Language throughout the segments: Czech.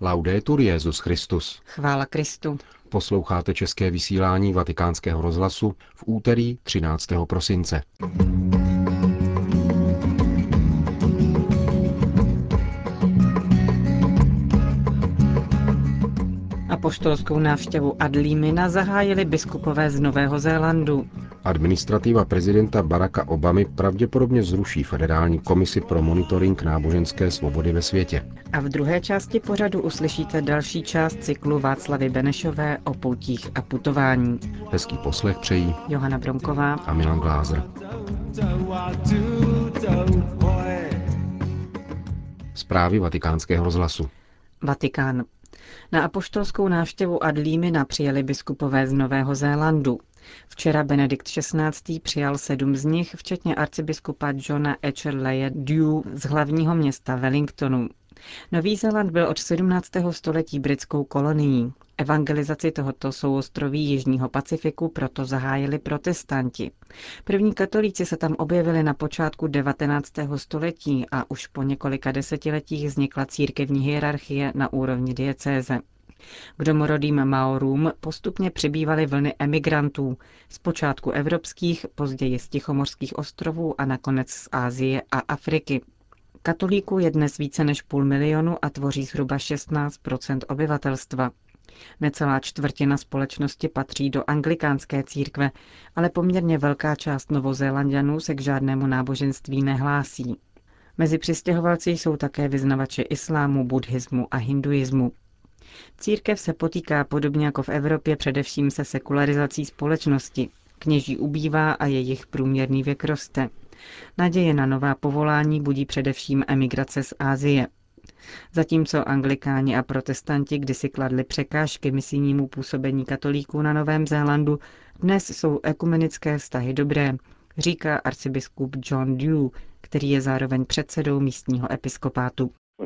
Laudetur Jesus Christus. Chvála Kristu. Posloucháte české vysílání Vatikánského rozhlasu v úterý 13. prosince. Apoštolskou návštěvu Ad Limina zahájili biskupové z Nového Zélandu. Administrativa prezidenta Baracka Obamy pravděpodobně zruší Federální komisi pro monitoring náboženské svobody ve světě. A v druhé části pořadu uslyšíte další část cyklu Václavy Benešové o poutích a putování. Hezký poslech přejí Johana Bromková a Milan Glázer. Zprávy Vatikánského rozhlasu. Vatikán. Na apoštolskou návštěvu Ad Limina přijeli biskupové z Nového Zélandu. Včera Benedikt XVI. Přijal 7 z nich, včetně arcibiskupa Johna Echelleya Dew z hlavního města Wellingtonu. Nový Zéland byl od 17. století britskou kolonií. Evangelizaci tohoto souostroví Jižního Pacifiku proto zahájili protestanti. První katolíci se tam objevili na počátku 19. století a už po několika desetiletích vznikla církevní hierarchie na úrovni diecéze. K domorodým Maorům postupně přibývaly vlny emigrantů, zpočátku evropských, později z Tichomořských ostrovů a nakonec z Asie a Afriky. Katolíků je dnes více než 500 000 a tvoří zhruba 16 % obyvatelstva. Necelá čtvrtina společnosti patří do anglikánské církve, ale poměrně velká část Novozélanďanů se k žádnému náboženství nehlásí. Mezi přistěhovalci jsou také vyznavači islámu, buddhismu a hinduismu. Církev se potýká podobně jako v Evropě především se sekularizací společnosti. Kněží ubývá a jejich průměrný věk roste. Naděje na nová povolání budí především emigrace z Asie. Zatímco anglikáni a protestanti kdysi kladli překážky misijnímu působení katolíků na Novém Zélandu, dnes jsou ekumenické vztahy dobré, říká arcibiskup John Dew, který je zároveň předsedou místního episkopátu.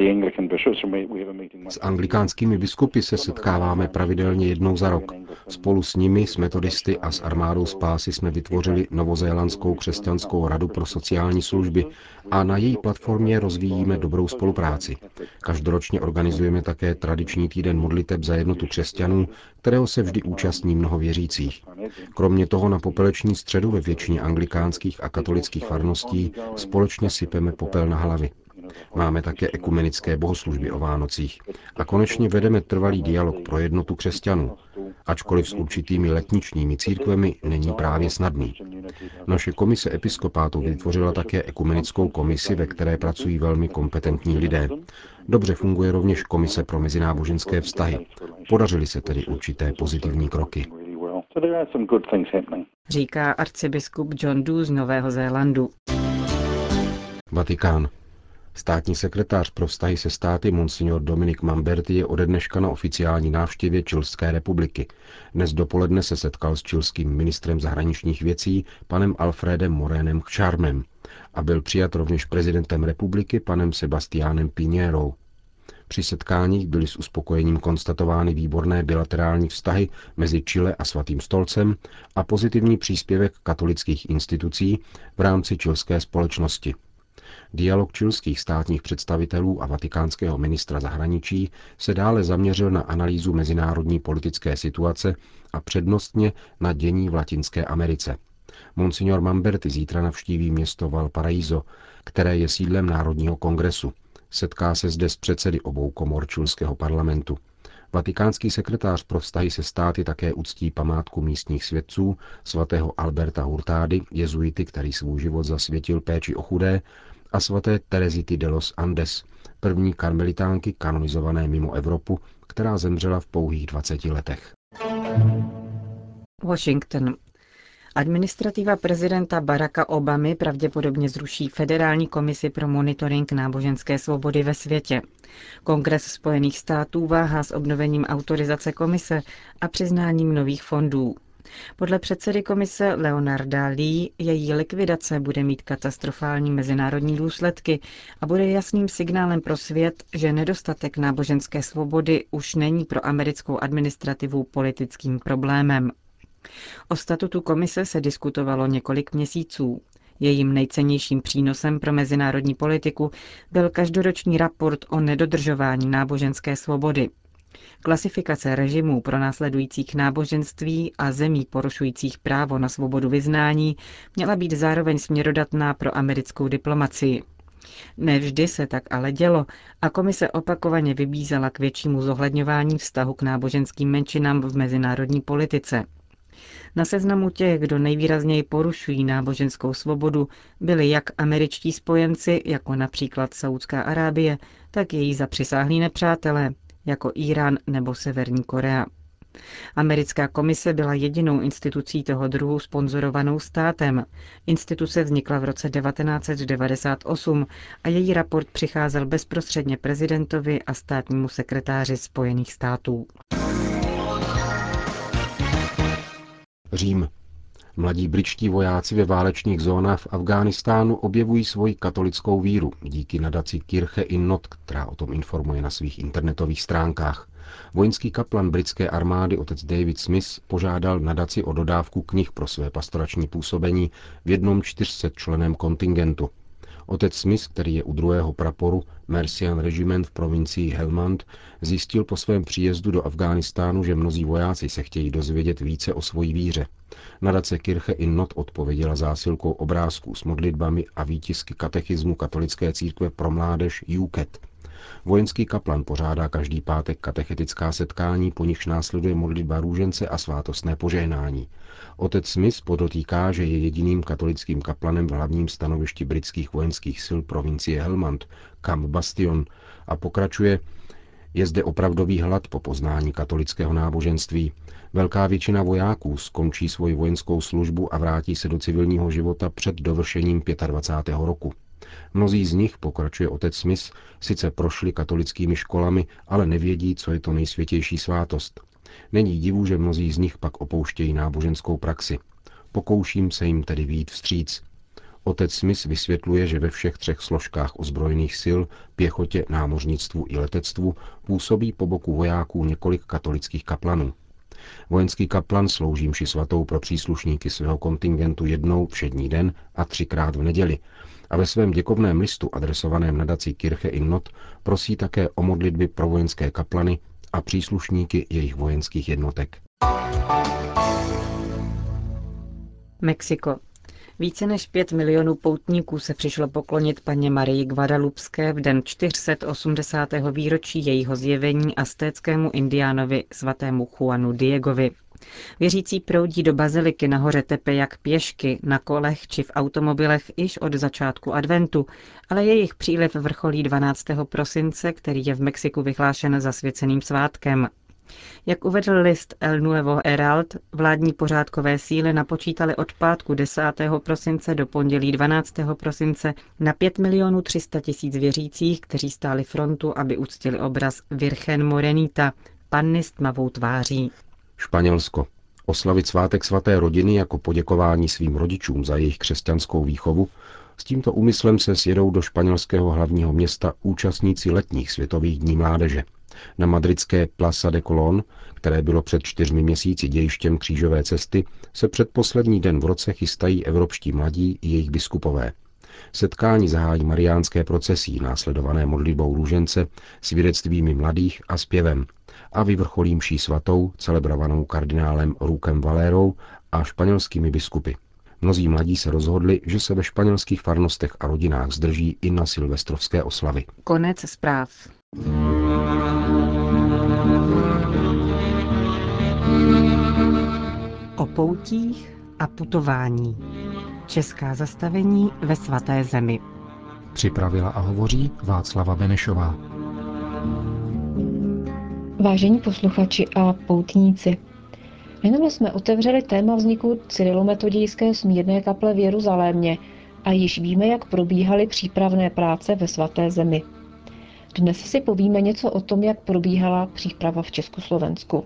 S anglikánskými biskupy se setkáváme pravidelně jednou za rok. Spolu s nimi, s metodisty a s armádou spásy jsme vytvořili Novozélandskou křesťanskou radu pro sociální služby a na její platformě rozvíjíme dobrou spolupráci. Každoročně organizujeme také tradiční týden modliteb za jednotu křesťanů, kterého se vždy účastní mnoho věřících. Kromě toho na popeleční středu ve většině anglikánských a katolických farností společně sypeme popel na hlavy. Máme také ekumenické bohoslužby o Vánocích a konečně vedeme trvalý dialog pro jednotu křesťanů, ačkoliv s určitými letničními církvemi není právě snadný. Naše komise episkopátu vytvořila také ekumenickou komisi, ve které pracují velmi kompetentní lidé. Dobře funguje rovněž komise pro mezináboženské vztahy. Podařily se tedy určité pozitivní kroky. Říká arcibiskup John Dew z Nového Zélandu. Vatikán. Státní sekretář pro vztahy se státy Monsignor Dominic Mamberti je ode dneška na oficiální návštěvě Chilské republiky. Dnes dopoledne se setkal s chilským ministrem zahraničních věcí panem Alfredem Morénem Charmem a byl přijat rovněž prezidentem republiky panem Sebastiánem Piñerou. Při setkáních byly s uspokojením konstatovány výborné bilaterální vztahy mezi Chile a Svatým stolcem a pozitivní příspěvek katolických institucí v rámci chilské společnosti. Dialog chilských státních představitelů a vatikánského ministra zahraničí se dále zaměřil na analýzu mezinárodní politické situace a přednostně na dění v Latinské Americe. Monsignor Mamberti zítra navštíví město Valparaíso, které je sídlem Národního kongresu. Setká se zde s předsedy obou komor chilského parlamentu. Vatikánský sekretář pro vztahy se státy také uctí památku místních svědců svatého Alberta Hurtády, jezuity, který svůj život zasvětil péči o chudé, a svaté Terezity de los Andes, první karmelitánky kanonizované mimo Evropu, která zemřela v pouhých 20 letech. Washington. Administrativa prezidenta Baracka Obamy pravděpodobně zruší Federální komisi pro monitoring náboženské svobody ve světě. Kongres Spojených států váhá s obnovením autorizace komise a přiznáním nových fondů. Podle předsedy komise Leonarda Lee její likvidace bude mít katastrofální mezinárodní důsledky a bude jasným signálem pro svět, že nedostatek náboženské svobody už není pro americkou administrativu politickým problémem. O statutu komise se diskutovalo několik měsíců. Jejím nejcennějším přínosem pro mezinárodní politiku byl každoroční raport o nedodržování náboženské svobody. Klasifikace režimů pronásledujících náboženství a zemí porušujících právo na svobodu vyznání měla být zároveň směrodatná pro americkou diplomacii. Nevždy se tak ale dělo a komise opakovaně vybízela k většímu zohledňování vztahu k náboženským menšinám v mezinárodní politice. Na seznamu těch, kdo nejvýrazněji porušují náboženskou svobodu, byli jak američtí spojenci, jako například Saúdská Arábie, tak její zapřisáhlí nepřátelé, jako Irán nebo Severní Korea. Americká komise byla jedinou institucí toho druhu sponzorovanou státem. Instituce vznikla v roce 1998 a její raport přicházel bezprostředně prezidentovi a státnímu sekretáři Spojených států. Řím. Mladí britští vojáci ve válečných zónách v Afghánistánu objevují svoji katolickou víru díky nadaci Kirche in Not, která o tom informuje na svých internetových stránkách. Vojenský kaplan britské armády otec David Smith požádal nadaci o dodávku knih pro své pastorační působení v jednom 400členném kontingentu. Otec Smith, který je u druhého praporu Mercian Regiment v provincii Helmand, zjistil po svém příjezdu do Afghánistánu, že mnozí vojáci se chtějí dozvědět více o svojí víře. Nadace Kirche in Not odpověděla zásilkou obrázků s modlitbami a výtisky katechismu katolické církve pro mládež UKET. Vojenský kaplan pořádá každý pátek katechetická setkání, po nichž následuje modlitba růžence a svátostné požehnání. Otec Smith podotýká, že je jediným katolickým kaplanem v hlavním stanovišti britských vojenských sil provincie Helmand, Camp Bastion, a pokračuje: je zde opravdový hlad po poznání katolického náboženství. Velká většina vojáků skončí svoji vojenskou službu a vrátí se do civilního života před dovršením 25. roku. Mnozí z nich, pokračuje otec Smith, sice prošli katolickými školami, ale nevědí, co je to nejsvětější svátost. Není divu, že mnozí z nich pak opouštějí náboženskou praxi. Pokouším se jim tedy vyjít vstříc. Otec Smith vysvětluje, že ve všech 3 složkách ozbrojených sil, pěchotě, námořnictvu i letectvu, působí po boku vojáků několik katolických kaplanů. Vojenský kaplan slouží mši svatou pro příslušníky svého kontingentu jednou všední den a 3krát v neděli a ve svém děkovném listu adresovaném nadaci Kirche in Not prosí také o modlitby pro vojenské kaplany a příslušníky jejich vojenských jednotek. Mexiko. Více než 5 milionů poutníků se přišlo poklonit paně Marii Guadalupské v den 480. výročí jejího zjevení aztéckému indiánovi svatému Juanu Diegovi. Věřící proudí do baziliky na hoře Tepeyac pěšky, na kolech či v automobilech již od začátku adventu, ale jejich příliv vrcholí 12. prosince, který je v Mexiku vyhlášen zasvěceným svátkem. Jak uvedl list El Nuevo Herald, vládní pořádkové síly napočítaly od pátku 10. prosince do pondělí 12. prosince na 5 300 000 věřících, kteří stáli frontu, aby uctili obraz Virgen Morenita, Panny s tmavou tváří. Španělsko. Oslavit svátek svaté rodiny jako poděkování svým rodičům za jejich křesťanskou výchovu, s tímto úmyslem se sjedou do španělského hlavního města účastníci letních světových dní mládeže. Na madridské Plaza de Colón, které bylo před 4 měsíci dějištěm křížové cesty, se předposlední den v roce chystají evropští mladí i jejich biskupové. Setkání zahájí mariánské procesí, následované modlitbou růžence, svědectvími mladých a zpěvem, a vyvrcholí mší svatou, celebrovanou kardinálem Rukem Valérou a španělskými biskupy. Mnozí mladí se rozhodli, že se ve španělských farnostech a rodinách zdrží i na silvestrovské oslavy. Konec zpráv. O poutích a putování. Česká zastavení ve svaté zemi. Připravila a hovoří Václava Benešová. Vážení posluchači a poutníci, minule jsme otevřeli téma vzniku cyrilometodějské smírné kaple v Jeruzalémě a již víme, jak probíhaly přípravné práce ve svaté zemi. Dnes si povíme něco o tom, jak probíhala příprava v Československu.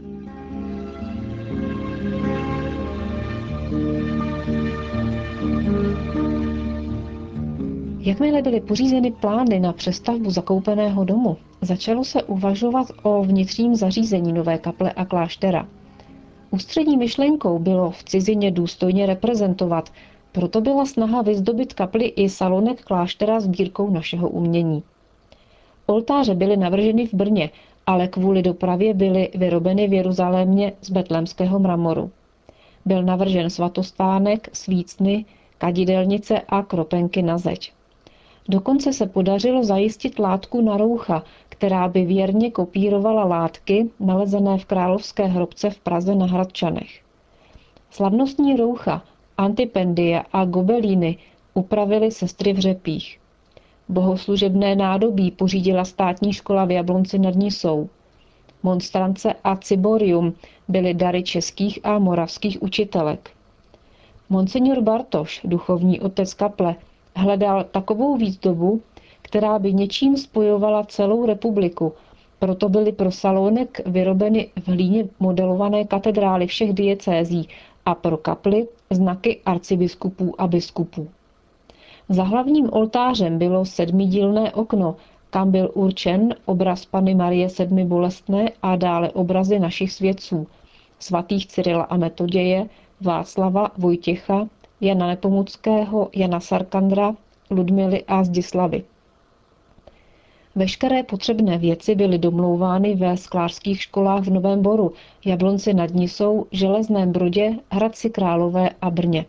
Jakmile byly pořízeny plány na přestavbu zakoupeného domu, začalo se uvažovat o vnitřním zařízení nové kaple a kláštera. Ústřední myšlenkou bylo v cizině důstojně reprezentovat Proto byla snaha vyzdobit kapli i salonek kláštera sbírkou našeho umění. Oltáře byly navrženy v Brně, ale kvůli dopravě byly vyrobeny v Jeruzalémě z betlémského mramoru. Byl navržen svatostánek, svícny, kadidelnice a kropenky na zeď. Dokonce se podařilo zajistit látku na roucha, která by věrně kopírovala látky nalezené v Královské hrobce v Praze na Hradčanech. Slavnostní roucha, antipendia a gobelíny upravily sestry v Řepích. Bohoslužebné nádobí pořídila státní škola v Jablonci nad Nisou. Monstrance a ciborium byly dary českých a moravských učitelek. Monsignor Bartoš, duchovní otec kaple, hledal takovou výzdobu, která by něčím spojovala celou republiku, proto byly pro salónek vyrobeny v hlíně modelované katedrály všech diecézí a pro kapli znaky arcibiskupů a biskupů. Za hlavním oltářem bylo 7dílné okno, kam byl určen obraz Panny Marie Sedmi bolestné a dále obrazy našich svědců, svatých Cyrila a Metoděje, Václava, Vojtěcha, Jana Nepomuckého, Jana Sarkandra, Ludmily a Zdislavy. Veškeré potřebné věci byly domlouvány ve sklářských školách v Novém Boru, Jablonci nad Nisou, Železném Brodě, Hradci Králové a Brně.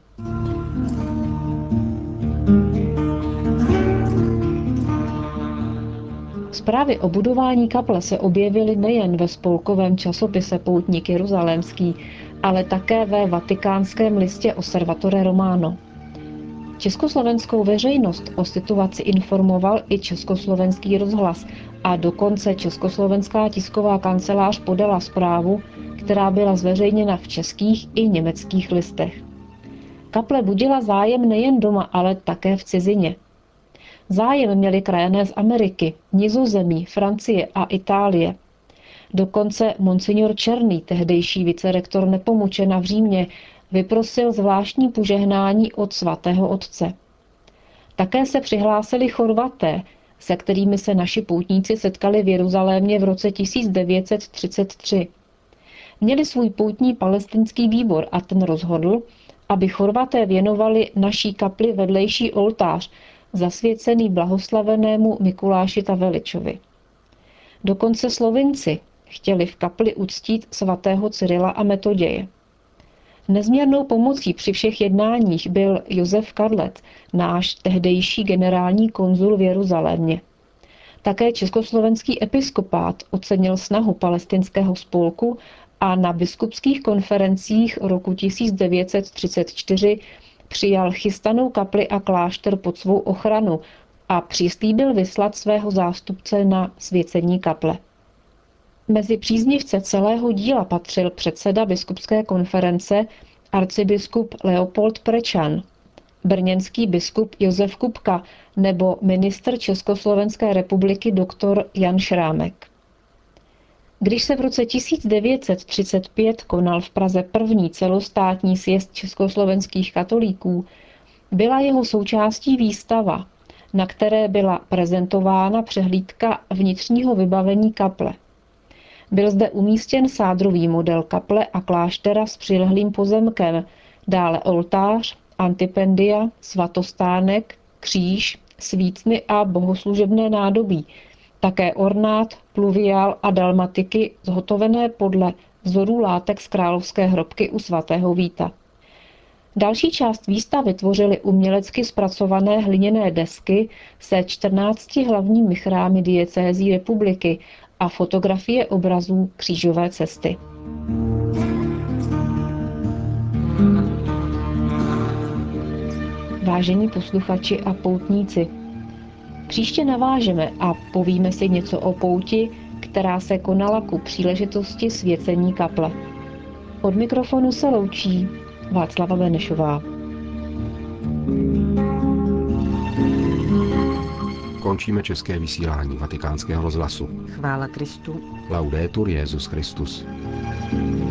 Zprávy o budování kaple se objevily nejen ve spolkovém časopise Poutník jeruzalémský, ale také ve vatikánském listě Osservatore Romano. Československou veřejnost o situaci informoval i Československý rozhlas a dokonce Československá tisková kancelář podala zprávu, která byla zveřejněna v českých i německých listech. Kaple budila zájem nejen doma, ale také v cizině. Zájem měli krajané z Ameriky, Nizozemí, Francie a Itálie. Dokonce monsignor Černý, tehdejší vicerektor Nepomučena v Římě, vyprosil zvláštní požehnání od svatého otce. Také se přihlásili Chorvaté, se kterými se naši poutníci setkali v Jeruzalémě v roce 1933. Měli svůj poutní palestinský výbor a ten rozhodl, aby Chorvaté věnovali naší kapli vedlejší oltář, zasvěcený blahoslavenému Mikuláši Taveličovi. Dokonce Slovinci chtěli v kapli uctít svatého Cyrila a Metoděje. Nezměrnou pomocí při všech jednáních byl Josef Kadlec, náš tehdejší generální konzul v Jeruzalémě. Také československý episkopát ocenil snahu palestinského spolku a na biskupských konferencích roku 1934 přijal chystanou kapli a klášter pod svou ochranu a přislíbil vyslat svého zástupce na svěcení kaple. Mezi příznivce celého díla patřil předseda biskupské konference arcibiskup Leopold Prečan, brněnský biskup Josef Kupka nebo ministr Československé republiky doktor Jan Šrámek. Když se v roce 1935 konal v Praze první celostátní sjezd československých katolíků, byla jeho součástí výstava, na které byla prezentována přehlídka vnitřního vybavení kaple. Byl zde umístěn sádrový model kaple a kláštera s přilehlým pozemkem, dále oltář, antipendia, svatostánek, kříž, svícny a bohoslužebné nádobí, také ornát, pluviál a dalmatiky zhotovené podle vzorů látek z královské hrobky u svatého Víta. Další část výstavy tvořily umělecky zpracované hliněné desky se 14 hlavními chrámy diecézí republiky a fotografie obrazů křížové cesty. Vážení posluchači a poutníci, příště navážeme a povíme si něco o pouti, která se konala ku příležitosti svěcení kaple. Od mikrofonu se loučí Václava Benešová. Končíme české vysílání Vatikánského rozhlasu. Chvála Kristu. Laudetur Jesus Christus.